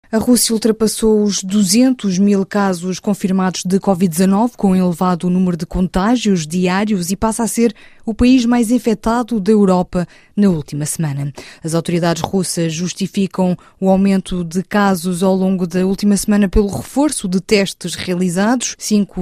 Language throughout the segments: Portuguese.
A Rússia ultrapassou os 200 mil casos confirmados de Covid-19, com um elevado número de contágios diários, e passa a ser o país mais infectado da Europa na última semana. As autoridades russas justificam o aumento de casos ao longo da última semana pelo reforço de testes realizados,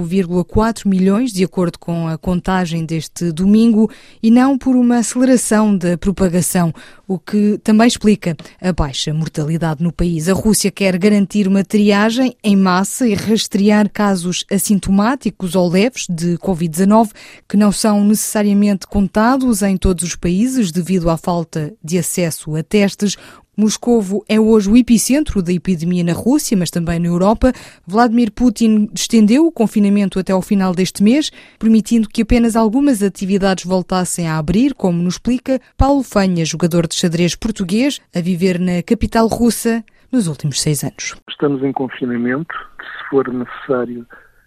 5,4 milhões, de acordo com a contagem deste domingo, e não por uma aceleração da propagação, o que também explica a baixa mortalidade no país. A Rússia quer garantir uma triagem em massa e rastrear casos assintomáticos ou leves de Covid-19 que não são necessariamente contados em todos os países devido à falta de acesso a testes. Moscovo é hoje o epicentro da epidemia na Rússia, mas também na Europa. Vladimir Putin estendeu o confinamento até ao final deste mês, permitindo que apenas algumas atividades voltassem a abrir, como nos explica Paulo Fanha, jogador de xadrez português, a viver na capital russa nos últimos 6 anos. Estamos em confinamento. Se for necessário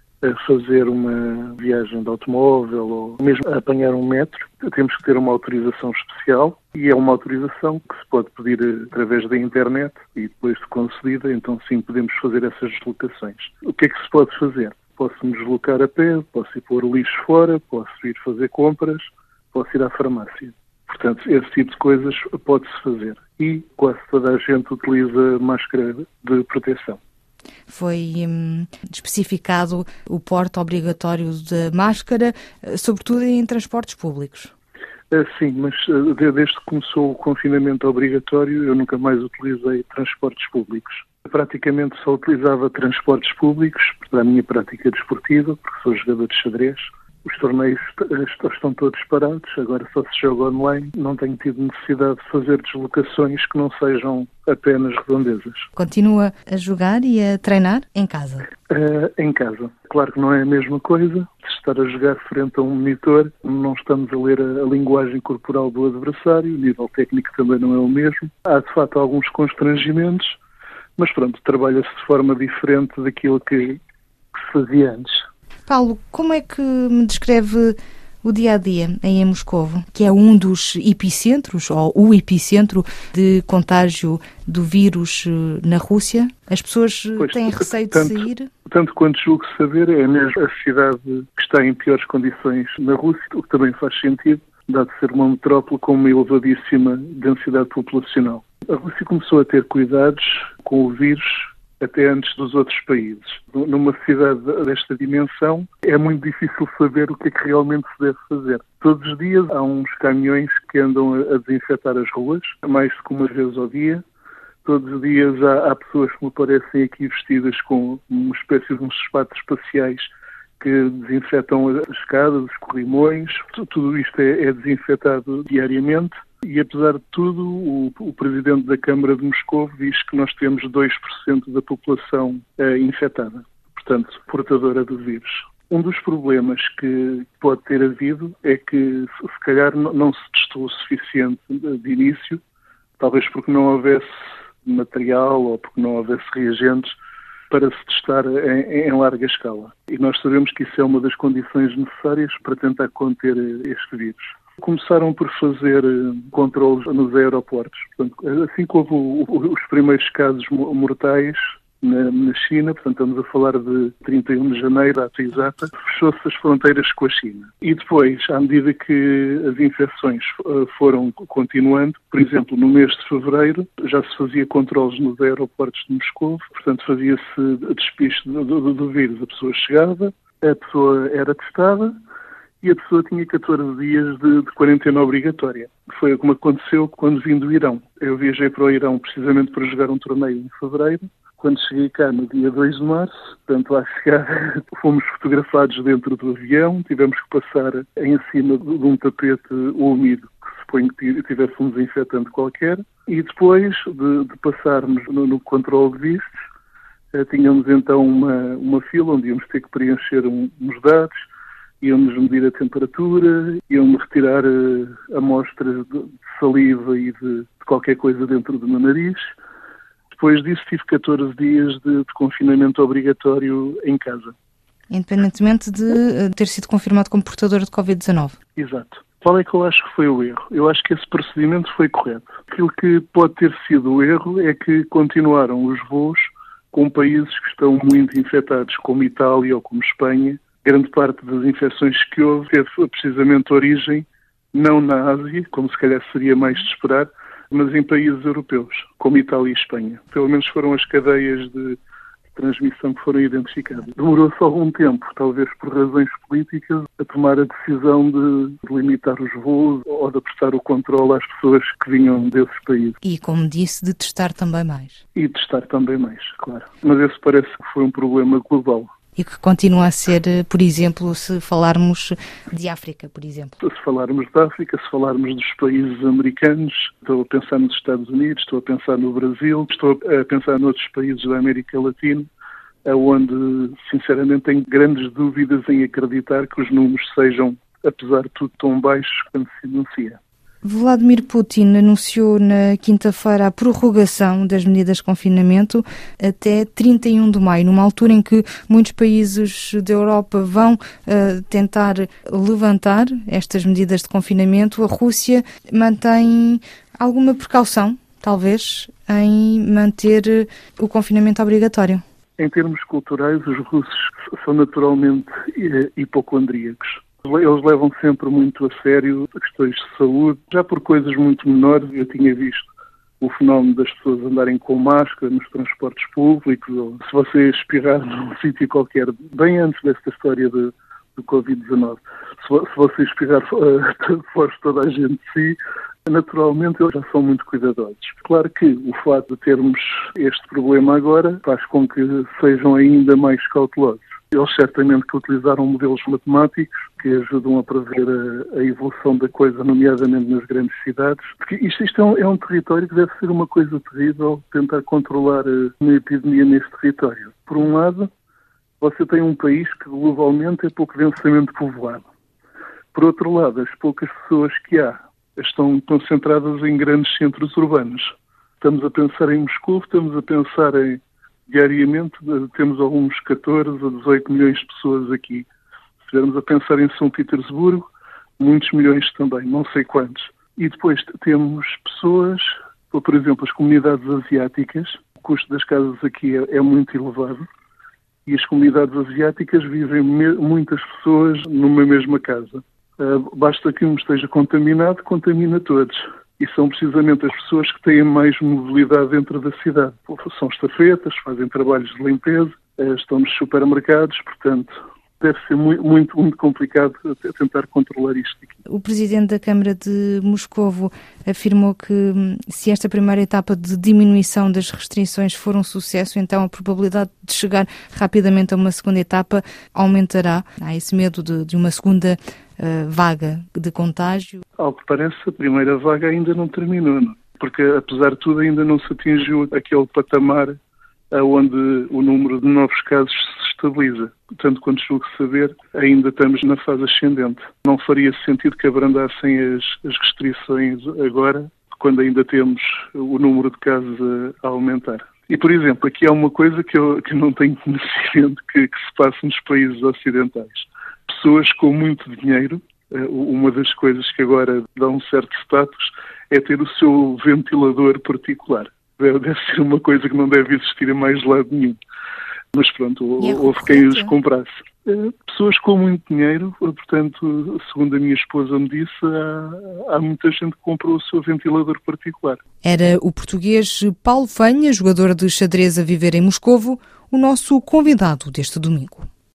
fazer uma viagem de automóvel ou mesmo apanhar um metro, temos que ter uma autorização especial, e é uma autorização que se pode pedir através da internet, e depois de concedida, então sim podemos fazer essas deslocações. O que é que se pode fazer? Posso-me deslocar a pé, posso ir pôr o lixo fora, posso ir fazer compras, posso ir à farmácia. Portanto, esse tipo de coisas pode-se fazer. E quase toda a gente utiliza máscara de proteção. Foi especificado o porte obrigatório de máscara, sobretudo em transportes públicos. Sim, mas desde que começou o confinamento obrigatório, eu nunca mais utilizei transportes públicos. Praticamente só utilizava transportes públicos para a minha prática desportiva, porque sou jogador de xadrez. Os torneios estão todos parados, agora só se joga online. Não tenho tido necessidade de fazer deslocações que não sejam apenas redondezas. Continua a jogar e a treinar em casa? Em casa. Claro que não é a mesma coisa de estar a jogar frente a um monitor. Não estamos a ler a linguagem corporal do adversário, o nível técnico também não é o mesmo. Há, de facto, alguns constrangimentos, mas pronto, trabalha-se de forma diferente daquilo que se fazia antes. Paulo, como é que me descreve o dia-a-dia em Moscovo, que é um dos epicentros, ou o epicentro de contágio do vírus na Rússia? As pessoas têm receio de sair? Tanto quanto julgo saber, é mesmo a cidade que está em piores condições na Rússia, o que também faz sentido, dado ser uma metrópole com uma elevadíssima densidade populacional. A Rússia começou a ter cuidados com o vírus até antes dos outros países. Numa cidade desta dimensão, é muito difícil saber o que é que realmente se deve fazer. Todos os dias há uns caminhões que andam a desinfetar as ruas, mais do que uma vez ao dia. Todos os dias há pessoas que me aparecem aqui vestidas com uma espécie de uns sapatos espaciais que desinfetam as escadas, os corrimões. Tudo isto é desinfetado diariamente. E, apesar de tudo, o presidente da Câmara de Moscovo diz que nós temos 2% da população infectada, portanto, portadora do vírus. Um dos problemas que pode ter havido é que, se calhar, não se testou o suficiente de início, talvez porque não houvesse material ou porque não houvesse reagentes para se testar em larga escala. E nós sabemos que isso é uma das condições necessárias para tentar conter este vírus. Começaram por fazer controles nos aeroportos. Portanto, assim que houve os primeiros casos mortais na China, portanto estamos a falar de 31 de janeiro, data exata, fechou-se as fronteiras com a China. E depois, à medida que as infecções foram continuando, por exemplo, no mês de fevereiro, já se fazia controles nos aeroportos de Moscou, portanto fazia-se despiste do vírus. A pessoa chegava, a pessoa era testada, e a pessoa tinha 14 dias de quarentena obrigatória. Foi como aconteceu quando vim do Irão. Eu viajei para o Irão precisamente para jogar um torneio em fevereiro. Quando cheguei cá no dia 2 de março, portanto, lá chegar, fomos fotografados dentro do avião, tivemos que passar em cima de um tapete úmido, que suponho que tivesse um desinfetante qualquer, e depois de passarmos no controle de vistos, tínhamos então uma fila onde íamos ter que preencher uns dados, iam-nos medir a temperatura, iam-me retirar amostras de saliva e de qualquer coisa dentro do meu nariz. Depois disso tive 14 dias de confinamento obrigatório em casa. Independentemente de ter sido confirmado como portador de Covid-19. Exato. Qual é que eu acho que foi o erro? Eu acho que esse procedimento foi correto. Aquilo que pode ter sido o erro é que continuaram os voos com países que estão muito infectados, como Itália ou como Espanha. Grande parte das infecções que houve teve precisamente origem não na Ásia, como se calhar seria mais de esperar, mas em países europeus, como Itália e Espanha. Pelo menos foram as cadeias de transmissão que foram identificadas. Demorou-se algum tempo, talvez por razões políticas, a tomar a decisão de limitar os voos ou de apertar o controle às pessoas que vinham desses países. E, como disse, de testar também mais. E testar também mais, claro. Mas esse parece que foi um problema global. E que continua a ser, por exemplo, se falarmos de África, por exemplo. Se falarmos de África, se falarmos dos países americanos, estou a pensar nos Estados Unidos, estou a pensar no Brasil, estou a pensar noutros países da América Latina, onde, sinceramente, tenho grandes dúvidas em acreditar que os números sejam, apesar de tudo, tão baixos quando se anuncia. Vladimir Putin anunciou na quinta-feira a prorrogação das medidas de confinamento até 31 de maio, numa altura em que muitos países da Europa vão tentar levantar estas medidas de confinamento. A Rússia mantém alguma precaução, talvez, em manter o confinamento obrigatório. Em termos culturais, os russos são naturalmente hipocondríacos. Eles levam sempre muito a sério questões de saúde, já por coisas muito menores. Eu tinha visto o fenómeno das pessoas andarem com máscara nos transportes públicos, ou se você espirrar num sítio qualquer, bem antes desta história do Covid-19, se você espirrar fora toda a gente de si, naturalmente eles já são muito cuidadosos. Claro que o facto de termos este problema agora faz com que sejam ainda mais cautelosos. Eles certamente que utilizaram modelos matemáticos que ajudam a prever a evolução da coisa, nomeadamente nas grandes cidades. Porque isto é um território que deve ser uma coisa terrível, tentar controlar uma epidemia neste território. Por um lado, você tem um país que globalmente é pouco densamente povoado. Por outro lado, as poucas pessoas que há estão concentradas em grandes centros urbanos. Estamos a pensar em Moscou, estamos a pensar em... Diariamente temos alguns 14 a 18 milhões de pessoas aqui. Se estivermos a pensar em São Petersburgo, muitos milhões também, não sei quantos. E depois temos pessoas, por exemplo, as comunidades asiáticas. O custo das casas aqui é muito elevado e as comunidades asiáticas vivem muitas pessoas numa mesma casa. Basta que um esteja contaminado, contamina todos. E são precisamente as pessoas que têm mais mobilidade dentro da cidade. São estafetas, fazem trabalhos de limpeza, estão nos supermercados, portanto, deve ser muito, muito complicado tentar controlar isto aqui. O presidente da Câmara de Moscovo afirmou que se esta primeira etapa de diminuição das restrições for um sucesso, então a probabilidade de chegar rapidamente a uma segunda etapa aumentará. Há esse medo de uma segunda vaga de contágio. Ao que parece, a primeira vaga ainda não terminou, não? Porque, apesar de tudo, ainda não se atingiu aquele patamar onde o número de novos casos se estabiliza. Tanto quanto julgo saber, ainda estamos na fase ascendente. Não faria sentido que abrandassem as restrições agora, quando ainda temos o número de casos a aumentar. E, por exemplo, aqui há uma coisa que eu não tenho conhecimento que se passa nos países ocidentais. Pessoas com muito dinheiro, uma das coisas que agora dá um certo status é ter o seu ventilador particular. Deve ser uma coisa que não deve existir em mais lado nenhum. Mas pronto, houve quem os comprasse. Pessoas com muito dinheiro, portanto, segundo a minha esposa me disse, há muita gente que comprou o seu ventilador particular. Era o português Paulo Fanha, jogador de xadrez a viver em Moscovo, o nosso convidado deste domingo.